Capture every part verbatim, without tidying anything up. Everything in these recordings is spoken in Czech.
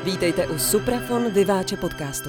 Vítejte u Suprafon Vyváče podcastu.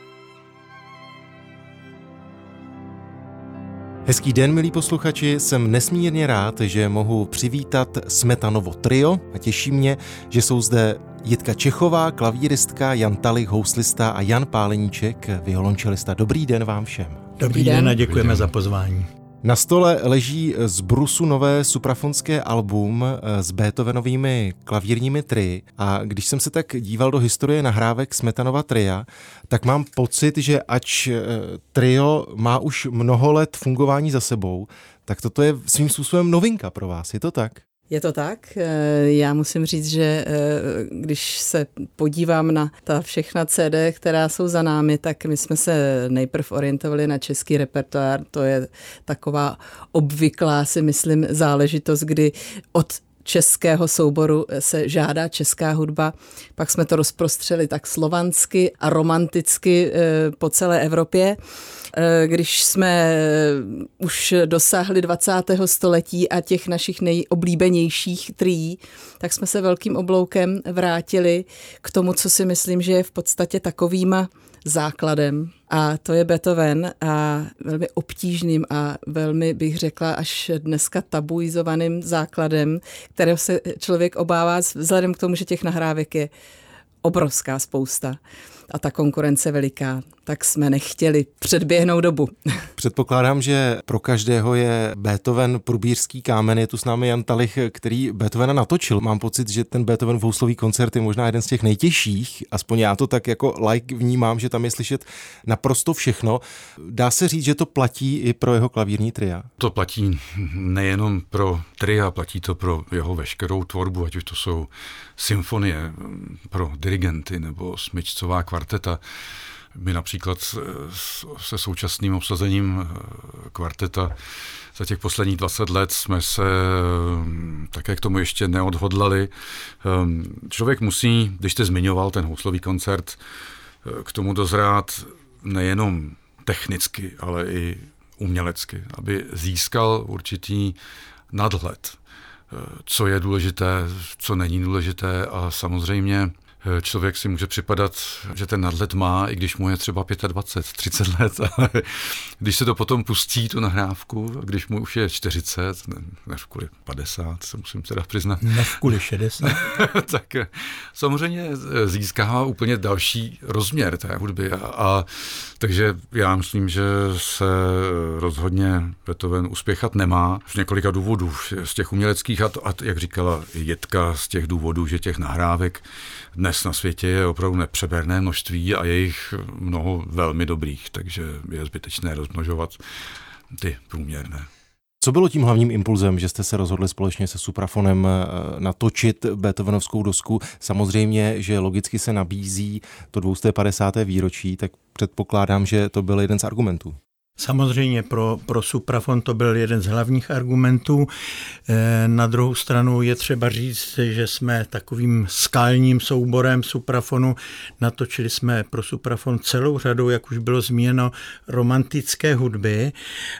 Hezký den, milí posluchači, jsem nesmírně rád, že mohu přivítat Smetanovo trio a těší mě, že jsou zde Jitka Čechová, klavíristka, Jan Talich, houslista a Jan Páleníček, violončelista. Dobrý den vám všem. Dobrý, Dobrý den. den a děkujeme Dobrý den. za pozvání. Na stole leží z brusu nové suprafonské album s Beethovenovými klavírními trii a když jsem se tak díval do historie nahrávek Smetanova tria, tak mám pocit, že ač trio má už mnoho let fungování za sebou, tak toto je svým způsobem novinka pro vás, je to tak? Je to tak. Já musím říct, že když se podívám na ta všechna C D, která jsou za námi, tak my jsme se nejprv orientovali na český repertoár. To je taková obvyklá, si myslím, záležitost, kdy od českého souboru se žádá česká hudba. Pak jsme to rozprostřeli tak slovansky a romanticky po celé Evropě. Když jsme už dosáhli dvacátého století a těch našich nejoblíbenějších trií, tak jsme se velkým obloukem vrátili k tomu, co si myslím, že je v podstatě takovým základem. A to je Beethoven a velmi obtížným a velmi, bych řekla, až dneska tabuizovaným základem, kterého se člověk obává vzhledem k tomu, že těch nahrávek je obrovská spousta a ta konkurence veliká, tak jsme nechtěli předběhnout dobu. Předpokládám, že pro každého je Beethoven průbířský kámen. Je tu s námi Jan Talich, který Beethovena natočil. Mám pocit, že ten Beethoven houslový koncert je možná jeden z těch nejtěžších. Aspoň já to tak jako like vnímám, že tam je slyšet naprosto všechno. Dá se říct, že to platí i pro jeho klavírní tria? To platí nejenom pro tria, platí to pro jeho veškerou tvorbu, ať už to jsou symfonie pro dirigenty nebo smyčcová kvarteta. My například se současným obsazením kvarteta za těch posledních dvacet let jsme se také k tomu ještě neodhodlali. Člověk musí, když jste zmiňoval ten houslový koncert, k tomu dozrát nejenom technicky, ale i umělecky, aby získal určitý nadhled, co je důležité, co není důležité a samozřejmě člověk si může připadat, že ten nadhled má, i když mu je třeba dvacet pět, třicet let, ale když se to potom pustí, tu nahrávku, když mu už je čtyřicet, ne, ne v kvůli padesát, se musím teda přiznat. Ne v kvůli šedesát. Tak samozřejmě získává úplně další rozměr té hudby. A, a takže já myslím, že se rozhodně Beethoven uspěchat nemá z několika důvodů, z těch uměleckých a, to, a jak říkala Jitka, z těch důvodů, že těch nahrávek dnes na světě je opravdu nepřeberné množství a je jich mnoho velmi dobrých, takže je zbytečné rozmnožovat ty průměrné. Co bylo tím hlavním impulzem, že jste se rozhodli společně se Suprafonem natočit Beethovenovskou dosku? Samozřejmě, že logicky se nabízí to dvě stě padesáté výročí, tak předpokládám, že to byl jeden z argumentů. Samozřejmě pro, pro Suprafon to byl jeden z hlavních argumentů. Na druhou stranu je třeba říct, že jsme takovým skalním souborem Suprafonu. Natočili jsme pro Suprafon celou řadu, jak už bylo zmíněno, romantické hudby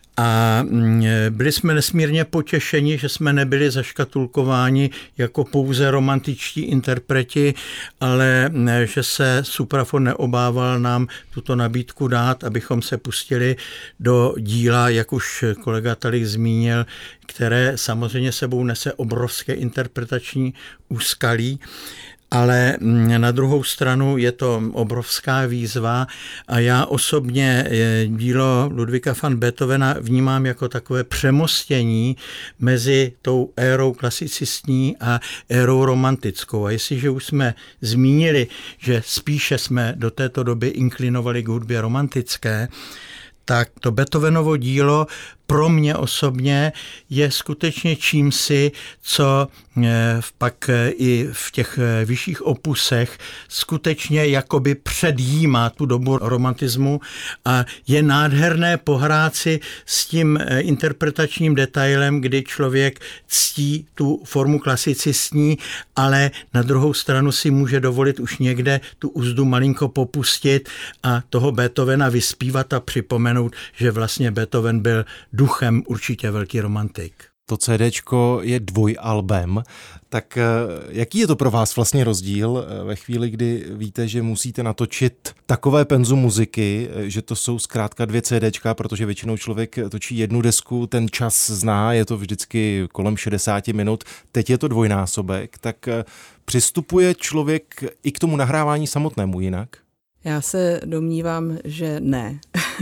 a byli jsme nesmírně potěšeni, že jsme nebyli zaškatulkováni jako pouze romantičtí interpreti, ale že se Suprafon neobával nám tuto nabídku dát, abychom se pustili do díla, jak už kolega Talich zmínil, které samozřejmě sebou nese obrovské interpretační úskalí, ale na druhou stranu je to obrovská výzva a já osobně dílo Ludwiga van Beethovena vnímám jako takové přemostění mezi tou érou klasicistní a érou romantickou. A jestliže už jsme zmínili, že spíše jsme do této doby inklinovali k hudbě romantické, tak to Beethovenovo dílo pro mě osobně je skutečně čímsi, co pak i v těch vyšších opusech skutečně jakoby předjímá tu dobu romantismu a je nádherné pohrát si s tím interpretačním detailem, kdy člověk ctí tu formu klasicistní, ale na druhou stranu si může dovolit už někde tu uzdu malinko popustit a toho Beethovena vyspívat a připomenout, že vlastně Beethoven byl duchem určitě velký romantik. to CDčko je dvojalbem, tak jaký je to pro vás vlastně rozdíl ve chvíli, kdy víte, že musíte natočit takové penzum muziky, že to jsou zkrátka dvě CDčka, protože většinou člověk točí jednu desku, ten čas zná, je to vždycky kolem šedesát minut, teď je to dvojnásobek, tak přistupuje člověk i k tomu nahrávání samotnému jinak? Já se domnívám, že ne.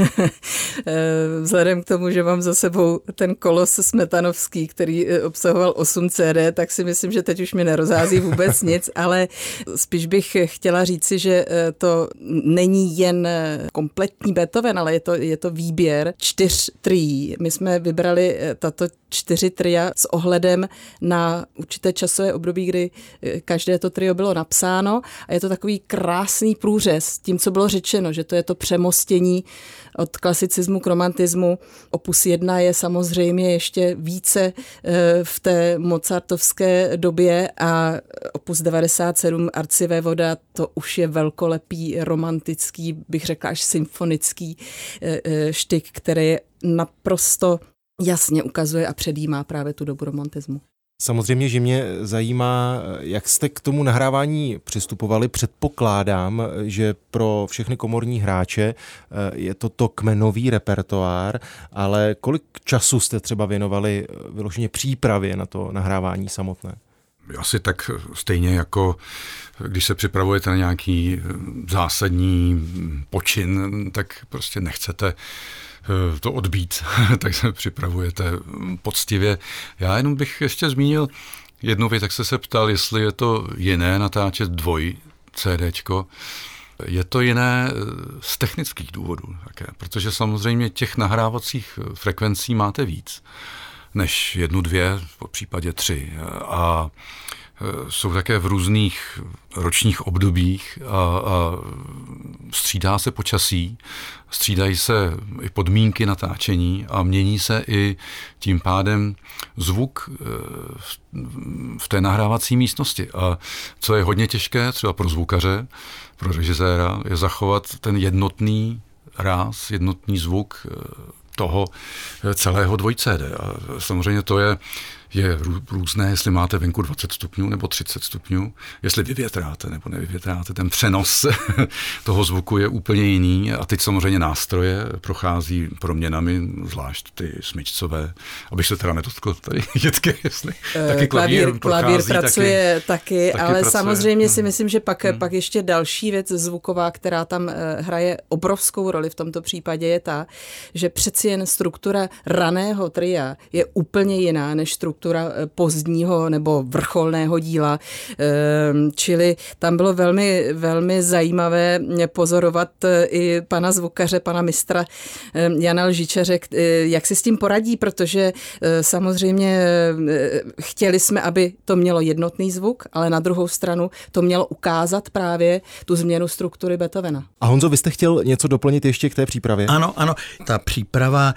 Vzhledem k tomu, že mám za sebou ten kolos smetanovský, který obsahoval osm C D, tak si myslím, že teď už mi nerozhází vůbec nic, ale spíš bych chtěla říci, že to není jen kompletní Beethoven, ale je to, je to výběr čtyř trií. My jsme vybrali tato čtyři tria s ohledem na určité časové období, kdy každé to trio bylo napsáno a je to takový krásný průřez tím, co bylo řečeno, že to je to přemostění od klasicismu k romantismu. Opus jedna je samozřejmě ještě více v té mozartovské době a opus devadesát sedm Arcivévoda, to už je velkolepý, romantický, bych řekla až symfonický štyk, který je naprosto jasně ukazuje a předjímá právě tu dobu romantismu. Samozřejmě, že mě zajímá, jak jste k tomu nahrávání přistupovali. Předpokládám, že pro všechny komorní hráče je to to kmenový repertoár, ale kolik času jste třeba věnovali vyloženě přípravě na to nahrávání samotné? Asi tak stejně jako když se připravujete na nějaký zásadní počin, tak prostě nechcete to odbít, tak se připravujete poctivě. Já jenom bych ještě zmínil jednu věc, tak jste se ptal, jestli je to jiné natáčet dvoj CDčko. Je to jiné z technických důvodů také, protože samozřejmě těch nahrávacích frekvencí máte víc než jednu, dvě, v případě tři. A jsou také v různých ročních obdobích a, a střídá se počasí, střídají se i podmínky natáčení a mění se i tím pádem zvuk v, v té nahrávací místnosti. A co je hodně těžké, třeba pro zvukaře, pro režiséra, je zachovat ten jednotný ráz, jednotný zvuk toho celého dvoj C D. A samozřejmě to je, je různé, jestli máte venku dvacet stupňů nebo třicet stupňů, jestli vyvětráte nebo nevyvětráte. Ten přenos toho zvuku je úplně jiný a teď samozřejmě nástroje prochází proměnami, zvlášť ty smyčcové, abych se teda nedotkl tady Jitky, jestli taky klavír, klavír, klavír pracuje taky, taky, taky ale pracuje. Samozřejmě si myslím, že pak, hmm. pak ještě další věc zvuková, která tam hraje obrovskou roli v tomto případě je ta, že přeci jen struktura raného tria je úplně jiná než struktura pozdního nebo vrcholného díla. Čili tam bylo velmi, velmi zajímavé pozorovat i pana zvukaře, pana mistra Jana Lžičaře, jak si s tím poradí, protože samozřejmě chtěli jsme, aby to mělo jednotný zvuk, ale na druhou stranu to mělo ukázat právě tu změnu struktury Beethovena. A Honzo, vy jste chtěl něco doplnit ještě k té přípravě? Ano, ano. Ta příprava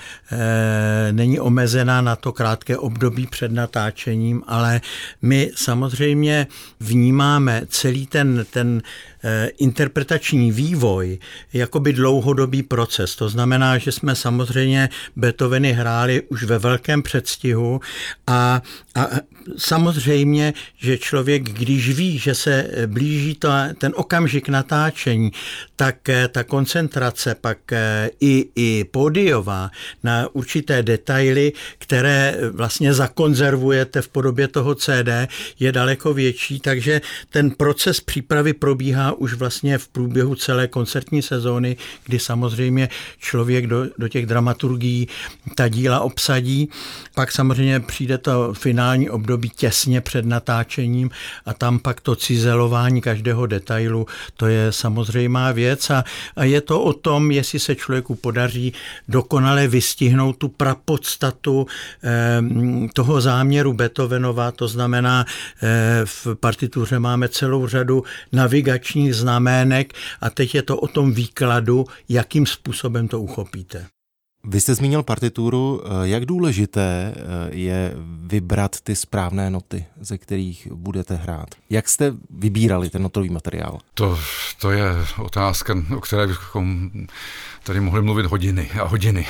e, není omezená na to krátké období před natáčením, ale my samozřejmě vnímáme celý ten, ten e, interpretační vývoj jakoby dlouhodobý proces. To znamená, že jsme samozřejmě Beethoveny hráli už ve velkém předstihu a, a samozřejmě, že člověk, když ví, že se blíží to, ten okamžik natáčení, tak ta koncentrace pak i, i pódiová na určité detaily, které vlastně zakonzervujete v podobě toho C D, je daleko větší, takže ten proces přípravy probíhá už vlastně v průběhu celé koncertní sezóny, kdy samozřejmě člověk do, do těch dramaturgií ta díla obsadí. Pak samozřejmě přijde to finální období těsně před natáčením a tam pak to cizelování každého detailu, to je samozřejmá věc a, a je to o tom, jestli se člověku podaří dokonale vystihnout tu prapodstatu eh, toho záměru Beethovenova, to znamená eh, v partituře máme celou řadu navigačních znamének a teď je to o tom výkladu, jakým způsobem to uchopíte. Vy jste zmínil partituru. Jak důležité je vybrat ty správné noty, ze kterých budete hrát? Jak jste vybírali ten notový materiál? To, to je otázka, o které bychom tady mohli mluvit hodiny a hodiny.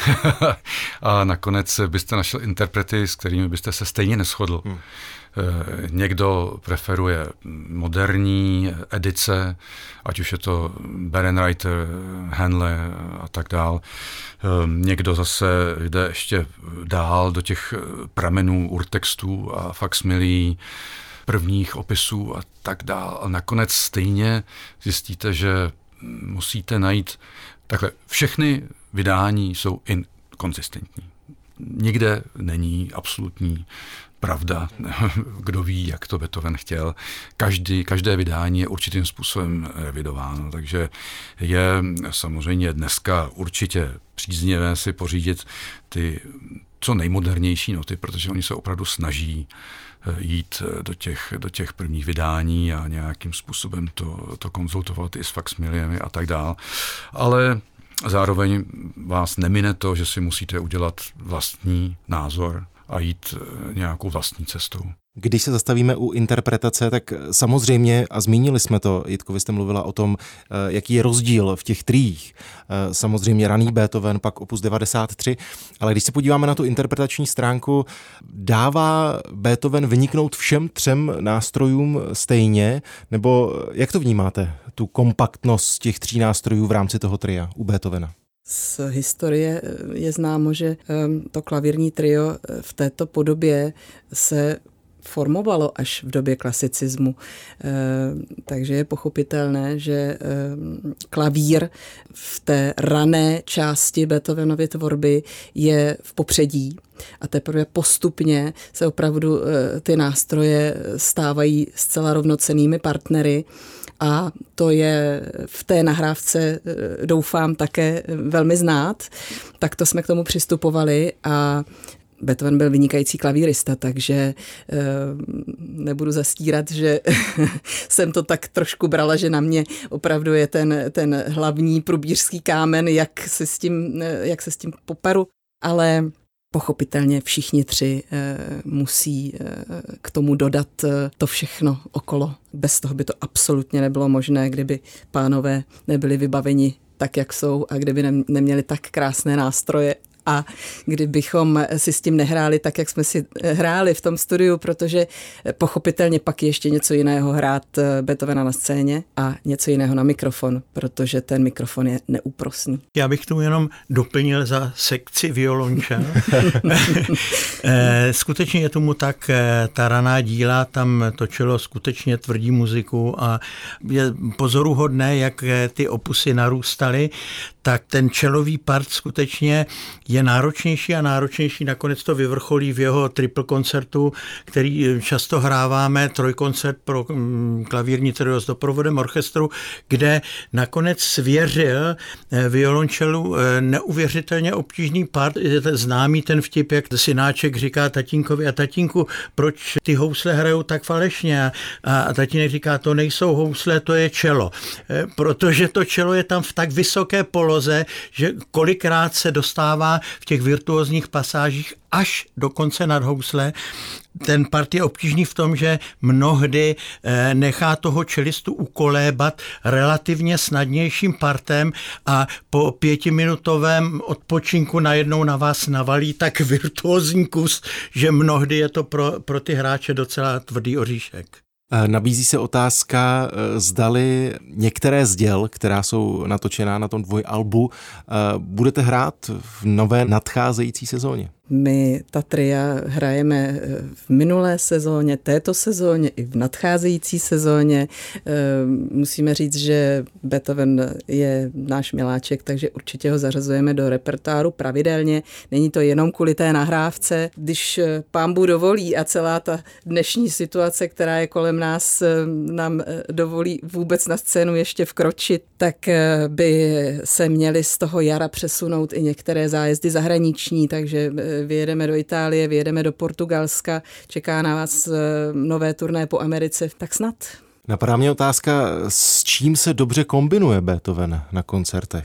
A nakonec byste našel interprety, s kterými byste se stejně neshodl. Hmm. Někdo preferuje moderní edice, ať už je to Berenreiter, Henle a tak dál. Někdo zase jde ještě dál do těch pramenů urtextů a faxmilí, prvních opisů a tak dál. A nakonec stejně zjistíte, že musíte najít takhle. Všechny vydání jsou inkonzistentní. Nikde není absolutní pravda, kdo ví, jak to Beethoven chtěl. Každý, každé vydání je určitým způsobem revidováno, takže je samozřejmě dneska určitě příznivé si pořídit ty co nejmodernější noty, protože oni se opravdu snaží jít do těch, do těch prvních vydání a nějakým způsobem to, to konzultovat i s faxmiliemi a tak dál. Ale zároveň vás nemine to, že si musíte udělat vlastní názor a jít nějakou vlastní cestou. Když se zastavíme u interpretace, tak samozřejmě, a zmínili jsme to, Jitko, vy jste mluvila o tom, jaký je rozdíl v těch triích. Samozřejmě raný Beethoven, pak opus devadesát tři, ale když se podíváme na tu interpretační stránku, dává Beethoven vyniknout všem třem nástrojům stejně, nebo jak to vnímáte, tu kompaktnost těch tří nástrojů v rámci toho tria u Beethovena? Z historie je známo, že to klavírní trio v této podobě se formovalo až v době klasicismu. Takže je pochopitelné, že klavír v té rané části Beethovenovy tvorby je v popředí a teprve postupně se opravdu ty nástroje stávají zcela rovnocennými partnery. A to je v té nahrávce, doufám, také velmi znát. Tak to jsme k tomu přistupovali a Beethoven byl vynikající klavírista, takže e, nebudu zastírat, že jsem to tak trošku brala, že na mě opravdu je ten, ten hlavní průbířský kámen, jak se s tím, jak se s tím poperu, ale pochopitelně všichni tři e, musí e, k tomu dodat e, to všechno okolo. Bez toho by to absolutně nebylo možné, kdyby pánové nebyli vybaveni tak, jak jsou a kdyby ne, neměli tak krásné nástroje. A kdybychom si s tím nehráli tak, jak jsme si hráli v tom studiu, protože pochopitelně pak je ještě něco jiného hrát Beethovena na scéně a něco jiného na mikrofon, protože ten mikrofon je neúprosný. Já bych tu jenom doplnil za sekci violončel. Skutečně je tomu tak, ta raná díla, tam točilo skutečně tvrdí muziku a je pozoruhodné, jak ty opusy narůstaly, tak ten čelový part skutečně je náročnější a náročnější. Nakonec to vyvrcholí v jeho triple koncertu, který často hráváme, trojkoncert pro klavírní trio s doprovodem orchestru, kde nakonec svěřil violončelu neuvěřitelně obtížný part. Je to známý ten vtip, jak synáček říká tatínkovi: a tatínku, proč ty housle hrajou tak falešně? A tatínek říká: to nejsou housle, to je čelo. Protože to čelo je tam v tak vysoké poloze, že kolikrát se dostává v těch virtuózních pasážích až dokonce nad housle. Ten part je obtížný v tom, že mnohdy nechá toho čelistu ukolébat relativně snadnějším partem a po pětiminutovém odpočinku najednou na vás navalí tak virtuózní kus, že mnohdy je to pro, pro ty hráče docela tvrdý oříšek. Nabízí se otázka, zdali některé z děl, která jsou natočená na tom dvojalbu, budete hrát v nové nadcházející sezóně. My ta tria hrajeme v minulé sezóně, této sezóně i v nadcházející sezóně. Musíme říct, že Beethoven je náš miláček, takže určitě ho zařazujeme do repertoáru pravidelně. Není to jenom kvůli té nahrávce. Když pán Bůh dovolí a celá ta dnešní situace, která je kolem nás, nám dovolí vůbec na scénu ještě vkročit, tak by se měly z toho jara přesunout i některé zájezdy zahraniční, takže vyjedeme do Itálie, vyjedeme do Portugalska, čeká na vás nové turné po Americe, tak snad. Napadá mě otázka, s čím se dobře kombinuje Beethoven na koncertech?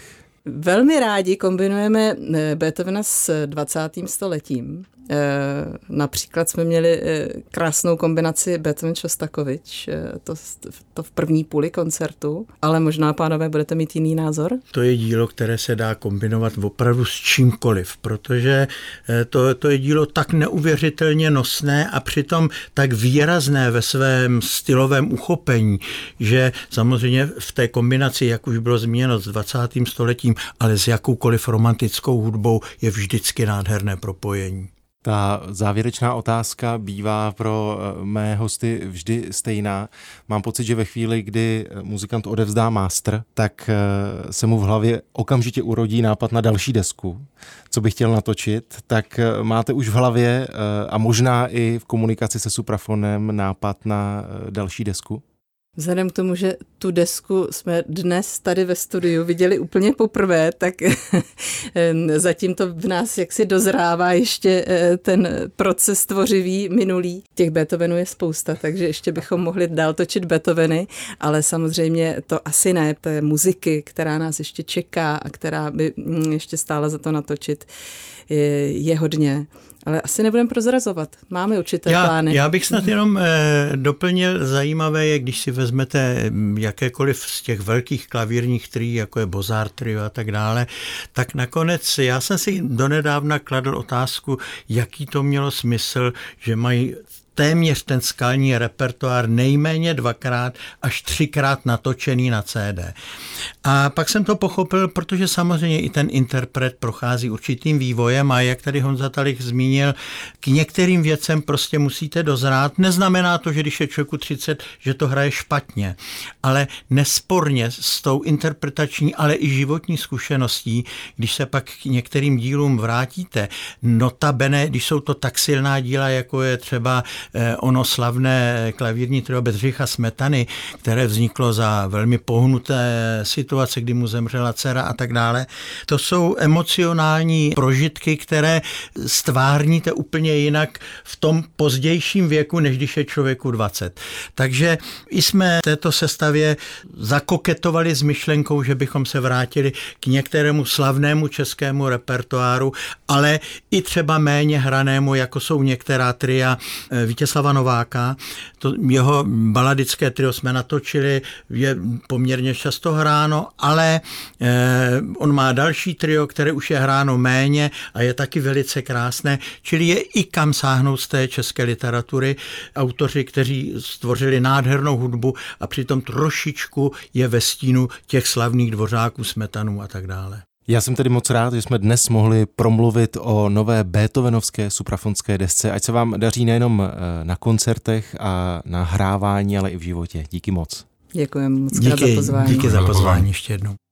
Velmi rádi kombinujeme Beethovena s dvacátým stoletím. Například jsme měli krásnou kombinaci Beethoven Šostakovič, to, to v první půli koncertu, ale možná, pánové, budete mít jiný názor? To je dílo, které se dá kombinovat opravdu s čímkoliv, protože to, to je dílo tak neuvěřitelně nosné a přitom tak výrazné ve svém stylovém uchopení, že samozřejmě v té kombinaci, jak už bylo zmíněno, s dvacátým stoletím, ale s jakoukoliv romantickou hudbou je vždycky nádherné propojení. Ta závěrečná otázka bývá pro mé hosty vždy stejná. Mám pocit, že ve chvíli, kdy muzikant odevzdá master, tak se mu v hlavě okamžitě urodí nápad na další desku, co by chtěl natočit, tak máte už v hlavě a možná i v komunikaci se suprafonem nápad na další desku? Vzhledem k tomu, že tu desku jsme dnes tady ve studiu viděli úplně poprvé, tak zatím to v nás jaksi dozrává ještě ten proces tvořivý minulý. Těch Beethovenů je spousta, takže ještě bychom mohli dál točit Beethoveny, ale samozřejmě to asi ne. Té muziky, která nás ještě čeká a která by ještě stála za to natočit, je, je hodně. Ale asi nebudeme prozrazovat. Máme určité já, plány. Já bych snad jenom eh, doplnil, zajímavé je, když si vezmete jakékoliv z těch velkých klavírních trií, jako je Bozart trio a tak dále, tak nakonec já jsem si donedávna kladl otázku, jaký to mělo smysl, že mají téměř ten skalní repertoár nejméně dvakrát až třikrát natočený na cé dé. A pak jsem to pochopil, protože samozřejmě i ten interpret prochází určitým vývojem a jak tady Honza Talich zmínil, k některým věcem prostě musíte dozrát. Neznamená to, že když je člověku třicet, že to hraje špatně, ale nesporně s tou interpretační, ale i životní zkušeností, když se pak k některým dílům vrátíte, notabene, když jsou to tak silná díla, jako je třeba ono slavné klavírní trio Bedřicha Smetany, které vzniklo za velmi pohnuté situace, kdy mu zemřela dcera a tak dále. To jsou emocionální prožitky, které stvárníte úplně jinak v tom pozdějším věku, než když je člověku dvacet. Takže i jsme v této sestavě zakoketovali s myšlenkou, že bychom se vrátili k některému slavnému českému repertoáru, ale i třeba méně hranému, jako jsou některá tria Vítězslava Nováka. To jeho baladické trio jsme natočili, je poměrně často hráno, ale eh, on má další trio, které už je hráno méně a je taky velice krásné, čili je i kam sáhnout z té české literatury. Autoři, kteří stvořili nádhernou hudbu a přitom trošičku je ve stínu těch slavných Dvořáků, Smetanů a tak dále. Já jsem tedy moc rád, že jsme dnes mohli promluvit o nové beethovenovské suprafonské desce. Ať se vám daří nejenom na koncertech a na hrávání, ale i v životě. Díky moc. Děkujeme moc díky, krát za pozvání. Díky za pozvání ještě jednou.